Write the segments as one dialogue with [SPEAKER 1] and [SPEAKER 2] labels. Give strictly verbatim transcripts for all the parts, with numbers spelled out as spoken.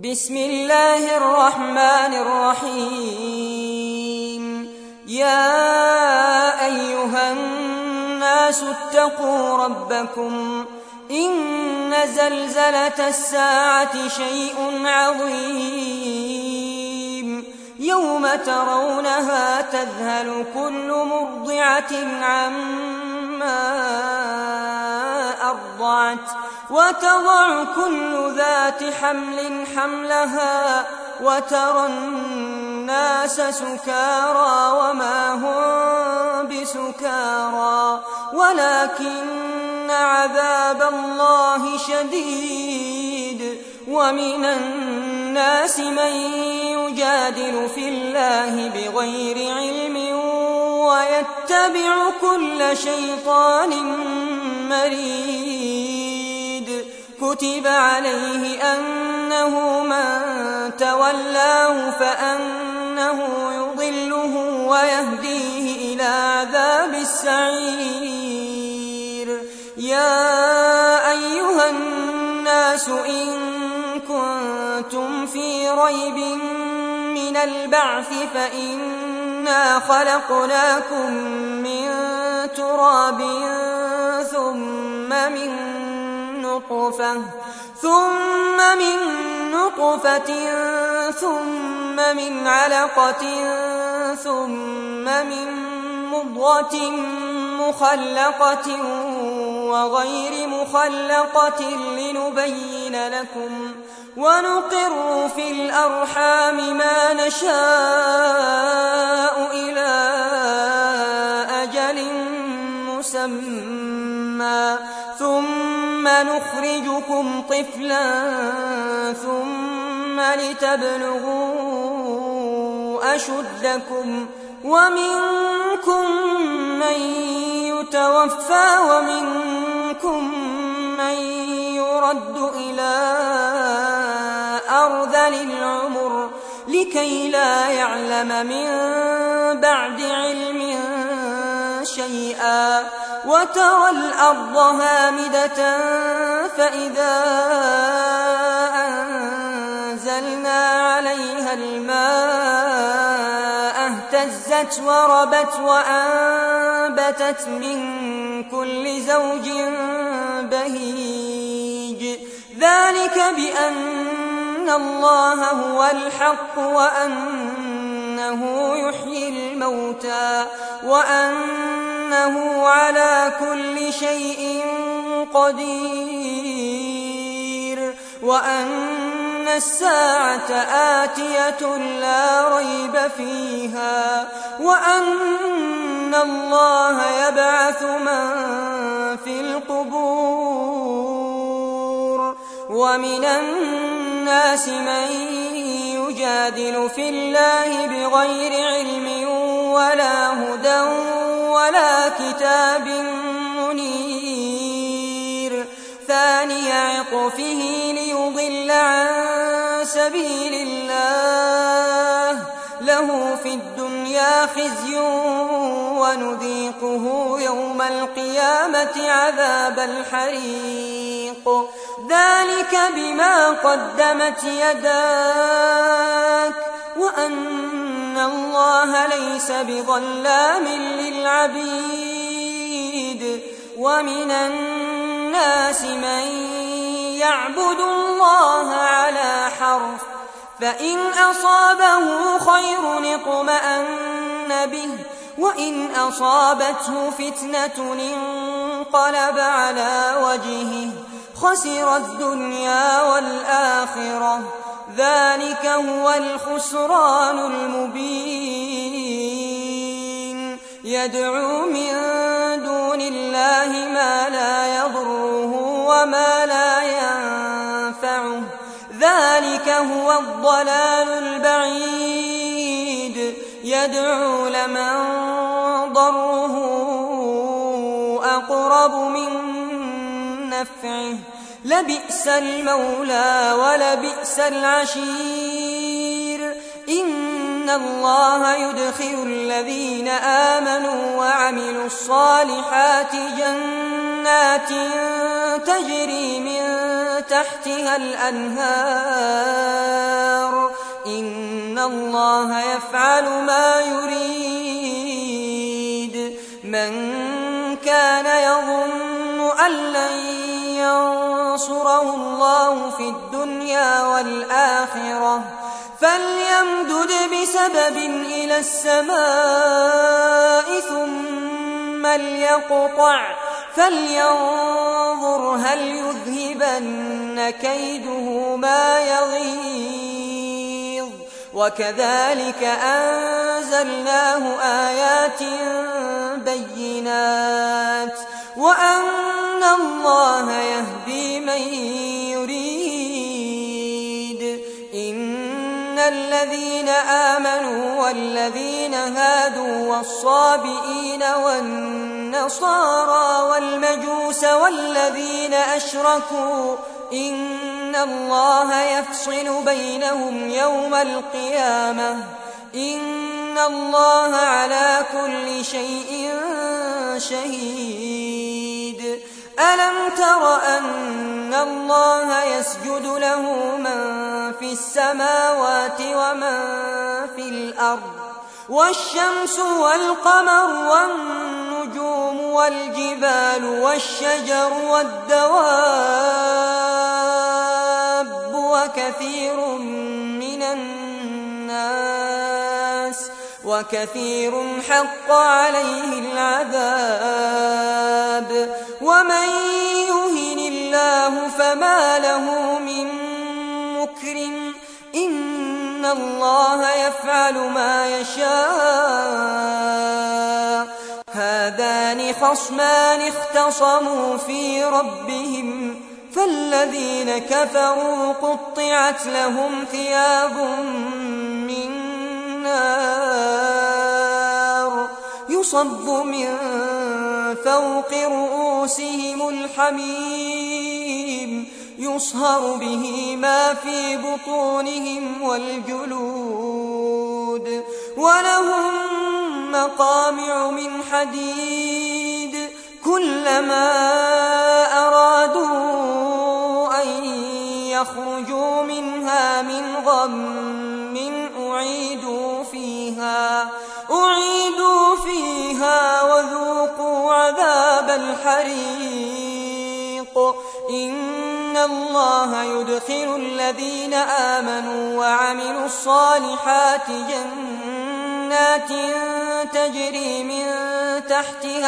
[SPEAKER 1] بسم الله الرحمن الرحيم. يا أيها الناس اتقوا ربكم إن زلزلة الساعة شيء عظيم يوم ترونها تذهل كل مرضعة عما أرضعت وتضع كل ذات حمل حملها وترى الناس سكارى وما هم بسكارى ولكن عذاب الله شديد. ومن الناس من يجادل في الله بغير علم ويتبع كل شيطان مريد. كتب عليه أنه من تولاه فأنه يضله ويهديه إلى عذاب السعير. يا أيها الناس إن كنتم في ريب من البعث فإنا خلقناكم من تراب ثم من نطفة ثم من نطفة ثم من علقة ثم من مضغة مخلقة وغير مخلقة لنبين لكم ونقر في الأرحام ما نشاء إلى أجل مسمى ثم نخرجكم طفلا ثم لتبلغوا أشدكم ومنكم من يتوفى ومنكم من يرد إلى أرذل العمر لكي لا يعلم من بعد علم شيئا. وترى الأرض هامدة فإذا أنزلنا عليها الماء اهتزت وربت وأنبتت من كل زوج بهيج. ذلك بأن الله هو الحق وأنه يحيي الموتى وأنه على كل شيء قدير وأن الساعة آتية لا ريب فيها وأن الله يبعث من في القبور. ومن الناس من يجادل في الله بغير علم ولا هدى ولا كتاب منير. ثاني عطفه ليضل عن سبيل الله له في الدنيا خزي ونذيقه يوم القيامة عذاب الحريق. ذلك بما قدمت يداك وأن الله ليس بظلام للعبيد. ومن الناس من يعبد الله على حرف فإن أصابه خير اطمأن به وإن أصابته فتنة انقلب على وجهه خسر الدنيا والآخرة. ذلك هو الخسران المبين. يدعو من دون الله ما لا يضره وما لا ينفعه. ذلك هو الضلال البعيد. يدعو لمن ضره أقرب من نفعه لبئس المولى ولبئس العشير. إن الله يدخل الذين آمنوا وعملوا الصالحات جنات تجري من تحتها الأنهار الله يفعل ما يريد. من كان يظن أن لن ينصره الله في الدنيا والآخرة فليمدد بسبب إلى السماء ثم ليقطع فلينظر هل يذهبن كيده ما يغيظ. وكذلك أنزلناه آيات بينات وأن الله يهدي من يريد. إن الذين آمنوا والذين هادوا والصابئين والنصارى والمجوس والذين أشركوا إن الله يفصل بينهم يوم القيامة إن الله على كل شيء شهيد. ألم تر أن الله يسجد له من في السماوات ومن في الأرض والشمس والقمر والنجوم والجبال والشجر والدواب وكثير من الناس وكثير حق عليه العذاب. ومن يهن الله فما له من مكرم إن الله يفعل ما يشاء. هذان خصمان اختصموا في ربهم فالذين كفروا قطعت لهم ثياب من نار يصب من فوق رؤوسهم الحميم يصهر به ما في بطونهم والجلود ولهم مقامع من حديد كلما أرادوا أن يخرجوا منها من غم أعيدوا فيها أعيدوا فيها وذوقوا عذاب الحريق. إن الله يدخل الذين آمنوا وعملوا الصالحات جنات تجري من تحتها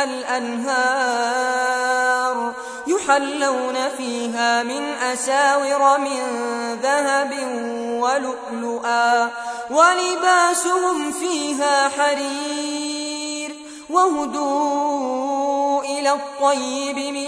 [SPEAKER 1] الأنهار يحلون فيها من أساور من ذهب ولؤلؤا ولباسهم فيها حرير وهدوا إلى الطيب من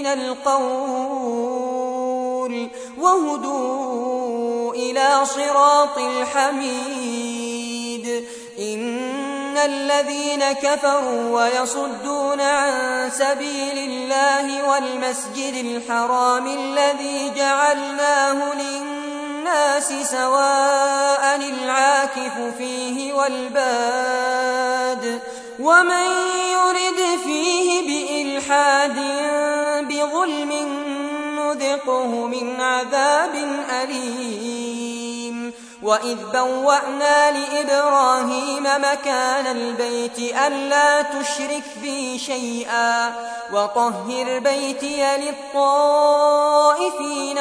[SPEAKER 1] القول وهدوا إلى صراط الحميد. إن الذين كفروا ويصدون عن سبيل الله والمسجد الحرام الذي جعلناه للناس سواء العاكف فيه والباد ومن يرد فيه بإلحاد بظلم نذقه من عذاب أليم. وإذ بوأنا لإبراهيم مكان البيت ألا تشرك بي شيئا وطهر بيتي للطائفين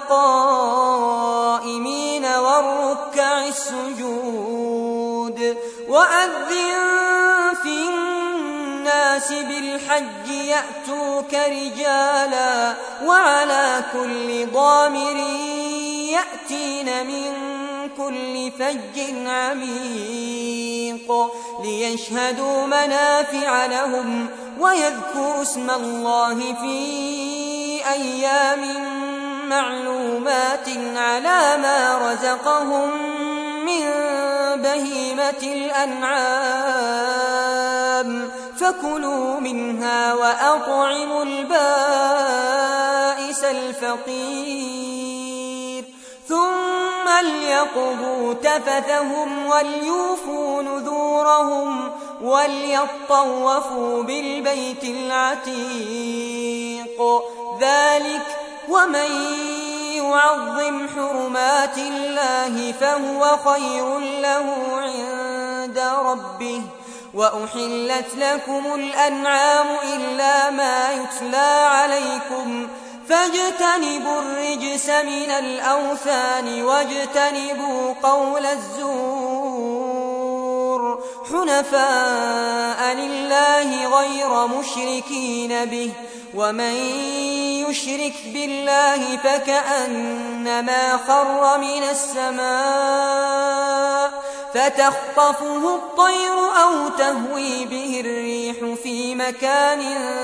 [SPEAKER 1] والقائمين والركع السجود. وأذن في الناس بالحج يأتوك رجالا وعلى كل ضامر يأتين من كل فج عميق ليشهدوا منافع لهم ويذكروا اسم الله في أيام معلومات على ما رزقهم من بهيمة الأنعام فكلوا منها وأطعموا البائس الفقير ثم ليقضوا تفثهم وليوفوا نذورهم وليطوفوا بالبيت العتيق. ذلك ومن يعظم حرمات الله فهو خير له عند ربه وأحلت لكم الأنعام إلا ما يتلى عليكم فاجتنبوا الرجس من الأوثان واجتنبوا قول الزور حنفاء لله غير مشركين به ومن يشرك بالله فكأنما خر من السماء فتخطفه الطير أو تهوي به الريح في مكان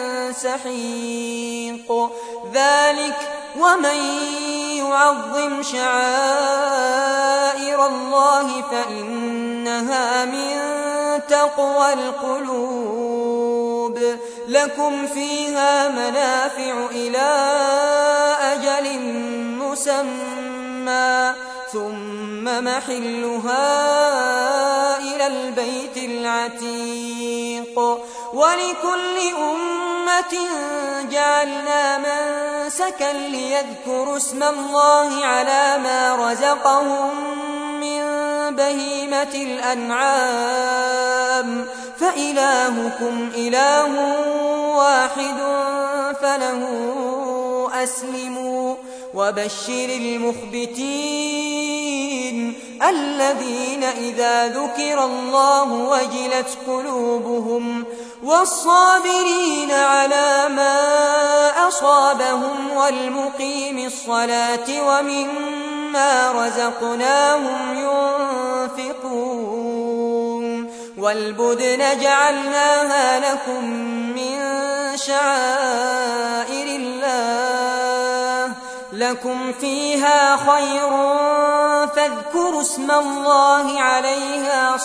[SPEAKER 1] سحيق ذلك ومن يعظم شعائر الله فإنها من تقوى القلوب لكم فيها منافع إلى أجل مسمى ثم محلها إلى البيت العتيق ولكل أمة جعلنا منسكا ليذكروا اسم الله على ما رزقهم من بهيمة الأنعام فإلهكم إله واحد فله أسلموا وبشر المخبتين الذين إذا ذكر الله وجلت قلوبهم والصابرين على ما أصابهم والمقيم الصلاة ومما رزقناهم ينفقون والبدن جعلناها لكم من شعائر الله لكم فيها خير فاذكروا اسم الله عليها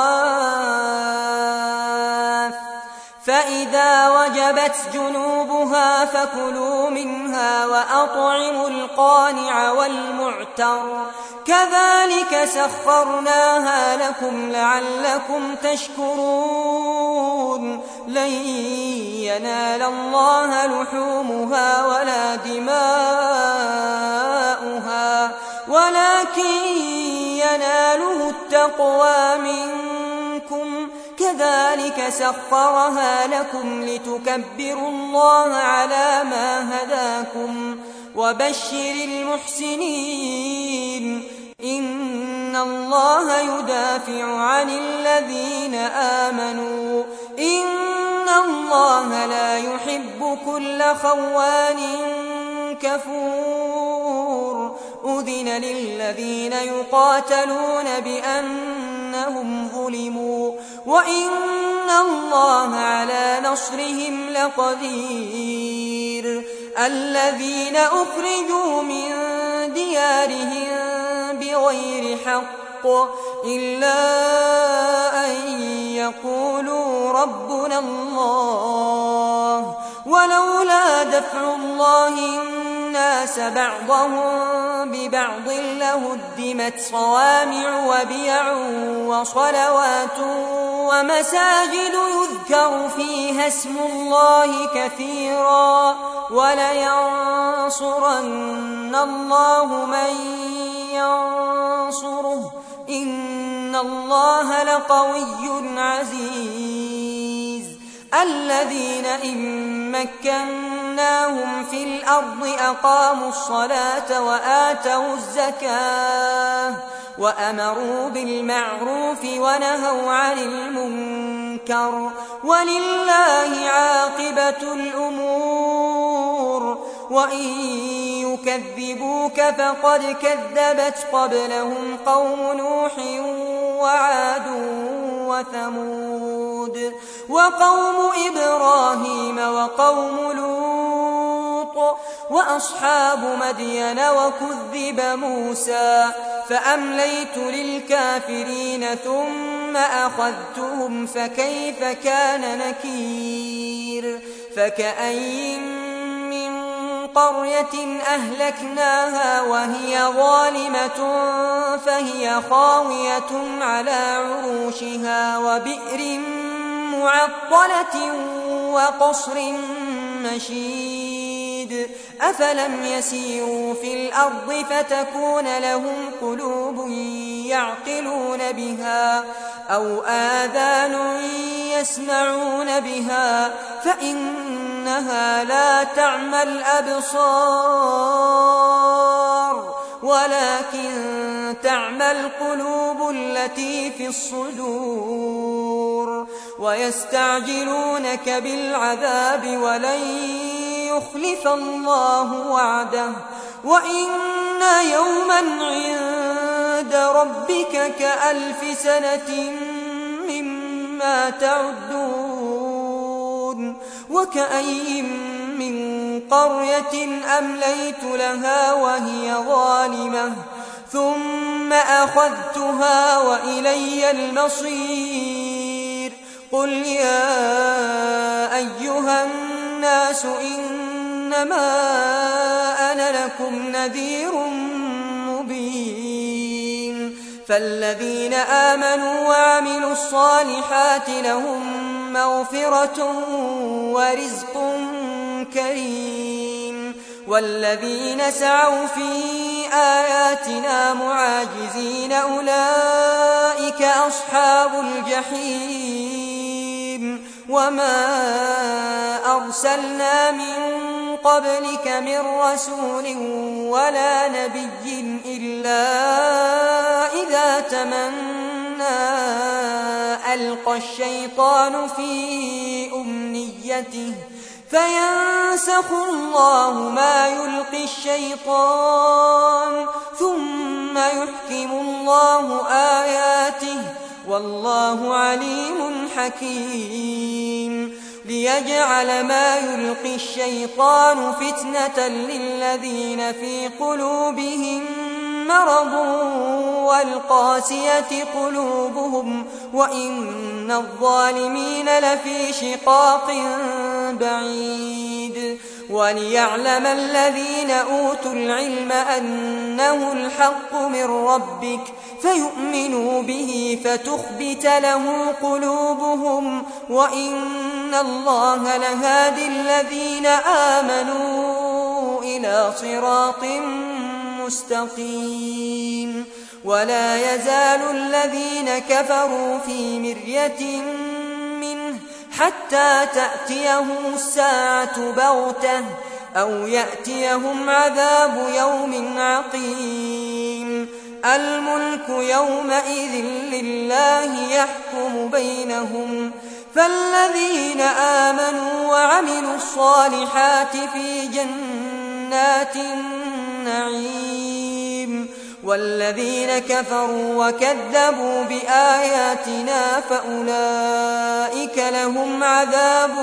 [SPEAKER 1] صواف فإذا وجبت جنوبها فكلوا منها وأطعموا القانع والمعتر كذلك سخرناها لكم لعلكم تشكرون لن ينال الله لحومها ولا دماؤها ولكن يناله التقوى منكم كذلك سخرها لكم لتكبروا الله على ما هداكم وبشر المحسنين إن الله يدافع عن الذين آمنوا إن الله لا يحب كل خوان كفور أذن للذين يقاتلون بأنهم ظلموا وإن الله على نصرهم لقدير الذين أخرجوا من ديارهم بغير حق إلا أن يقولوا ربنا الله ولولا دفع الله الناس بعضهم ببعض لهدمت صوامع وبيع وصلوات ومساجد يذكر فيها اسم الله كثيرا ولينصرن الله من ينصره إن الله لقوي عزيز الذين إن مكناهم في الأرض أقاموا الصلاة وآتوا الزكاة وأمروا بالمعروف ونهوا عن المنكر ولله عاقبة الأمور وإن يكذبوك فقد كذبت قبلهم قوم نوح وعاد وثمود وقوم إبراهيم وقوم لوط وأصحاب مدين وكذب موسى فأمليت للكافرين ثم أخذتهم فكيف كان نكير فكأين قرية أهلكناها وهي ظالمة فهي خاوية على عروشها وبئر معطلة وقصر مشيد أفلم يسيروا في الأرض فتكون لهم قلوب يعقلون بها أو آذان يسمعون بها فإنها لا تعمى الأبصار ولكن تعمى القلوب التي في الصدور ويستعجلونك بالعذاب ولن يخلف الله وعده وإن يوما عند ربك كألف سنة مما تعدون وكأي من قرية أمليت لها وهي ظالمة ثم أخذتها وإلي المصير قل يا أيها الناس إنما أنا لكم نذير مبين فالذين آمنوا وعملوا الصالحات لهم مغفرة ورزق كريم والذين سعوا في آياتنا معاجزين أولئك أصحاب الجحيم وما أرسلنا من قبلك من رسول ولا نبي إلا إذا تمنى ألقى الشيطان في أمنيته فينسخ الله ما يلقي الشيطان ثم يحكم الله آياته والله عليم حكيم ليجعل ما يلقي الشيطان فتنة للذين في قلوبهم مرض والقاسية قلوبهم وإن الظالمين لفي شقاق بعيد وليعلم الذين أوتوا العلم أنه الحق من ربك فيؤمنوا به فتخبت له قلوبهم وإن الله لهادي الذين آمنوا إلى صراط مستقيم ولا يزال الذين كفروا في مرية منه حتى تأتيهم الساعة بغتة أو يأتيهم عذاب يوم عقيم الملك يومئذ لله يحكم بينهم فالذين آمنوا وعملوا الصالحات في جنات النعيم والذين كفروا وكذبوا بآياتنا فأولئك لهم عذاب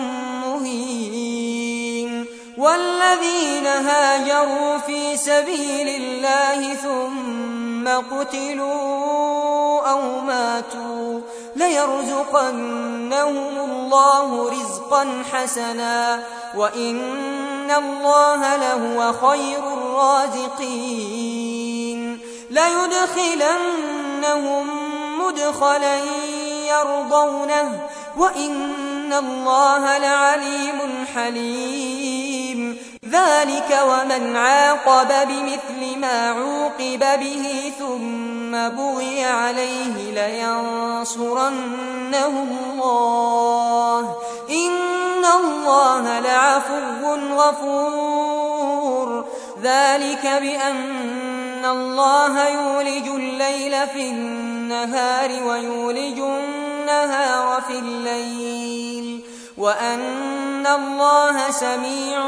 [SPEAKER 1] مهين والذين هاجروا في سبيل الله ثم قتلوا أو ماتوا ليرزقنهم الله رزقا حسنا وإن الله لهو خير الرازقين ليدخلنهم مدخلا يرضونه وإن الله لعليم حليم ذلك ومن عاقب بمثل ما عوقب به ثم بغي عليه لينصرنه الله إن الله لعفو غفور ذلك بأن الله يولج الليل في النهار ويولج النهار في الليل وأن الله سميع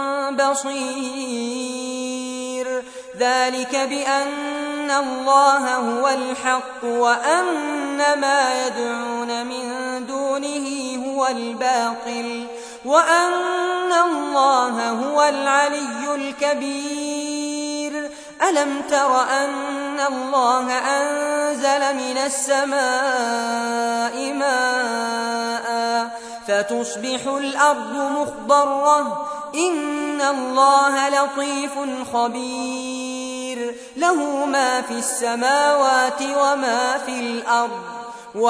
[SPEAKER 1] بصير ذلك بأن الله هو الحق وأن ما يدعون من دونه هو الباطل وأن الله هو العلي الكبير ألم تر أن الله أنزل من السماء ماء فتصبح الأرض مخضرة إن الله لطيف خبير له ما في السماوات وما في الأرض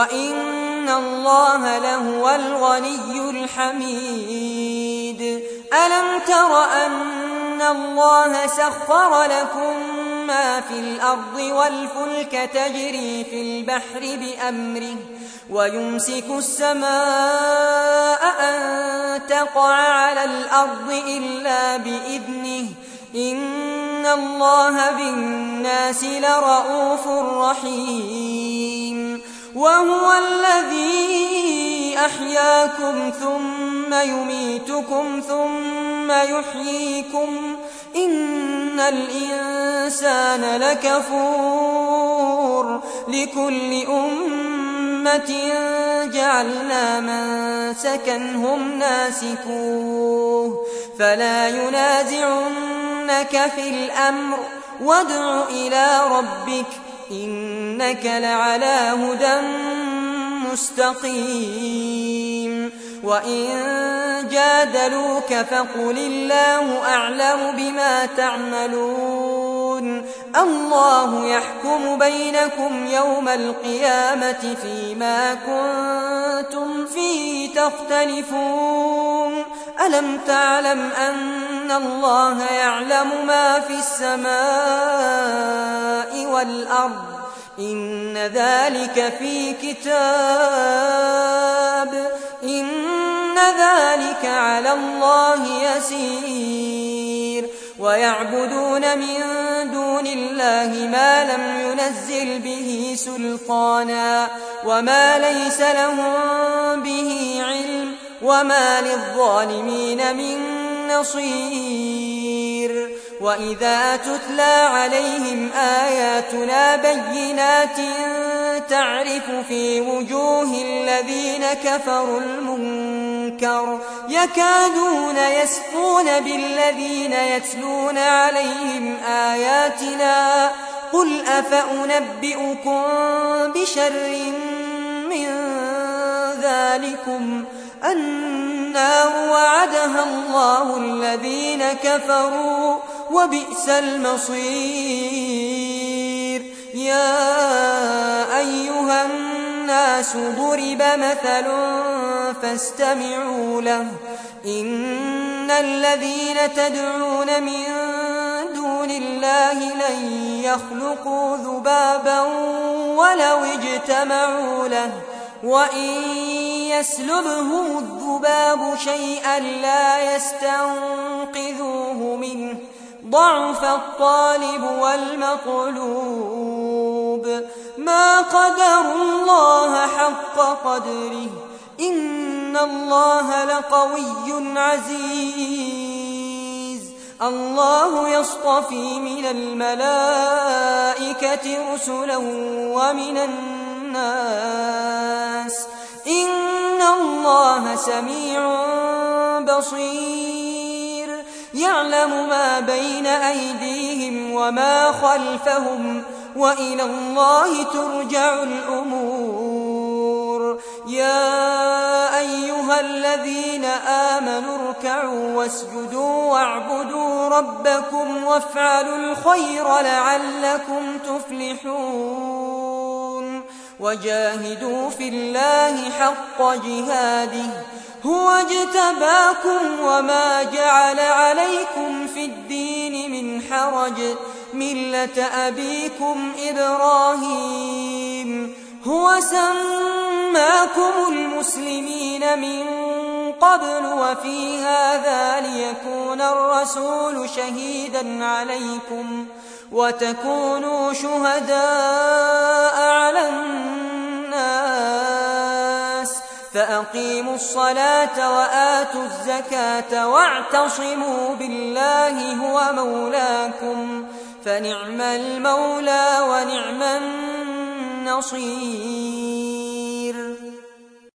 [SPEAKER 1] وإن الله لهو الغني الحميد ألم تر أن الله سخر لكم ما في الأرض والفلك تجري في البحر بأمره ويمسك السماء أن تقع على الأرض إلا بإذنه إن الله بالناس لرءوف رحيم وهو الذي أحياكم ثم يميتكم ثم يحييكم إن الإنسان لكفور لكل أمة جعلنا منسكا هم ناسكوه فلا ينازعنك في الأمر وادع إلى ربك إنك لعلى هدى مستقيم وإن جادلوك فقل الله أعلم بما تعملون الله يحكم بينكم يوم القيامة فيما كنتم فيه تختلفون ألم تعلم أن الله يعلم ما في السماء والأرض إن ذلك في كتاب إن ذلك على الله يسير ويعبدون من دون الله ما لم ينزل به سلطانا وما ليس لهم به علم وما للظالمين من نصير وإذا تتلى عليهم آياتنا بينات تعرف في وجوه الذين كفروا المنكر يكادون يسقون بالذين يتلون عليهم آياتنا قل أفأنبئكم بشر من ذلكم النار وعدها الله الذين كفروا وبئس المصير يا أيها الناس ضرب مثل فاستمعوا له إن الذين تدعون من دون الله لن يخلقوا ذبابا ولو اجتمعوا له وإن يسلبهم الذباب شيئا لا يستنقذوه منه ضعف الطالب والمطلوب ما قدروا الله حق قدره إن الله لقوي عزيز الله يصطفي من الملائكة رسلا ومن الناس إن الله سميع بصير يعلم ما بين أيديهم وما خلفهم وإلى الله ترجع الأمور يا أيها الذين آمنوا اركعوا واسجدوا واعبدوا ربكم وافعلوا الخير لعلكم تفلحون وجاهدوا في الله حق جهاده هو اجتباكم وما جعل عليكم في الدين من حرج ملة أبيكم إبراهيم هو سماكم المسلمين من قبل وفي هذا ليكون الرسول شهيدا عليكم وتكونوا شهداء على الناس فأقيموا الصلاة وآتوا الزكاة واعتصموا بالله هو مولاكم فنعم المولى ونعم النصير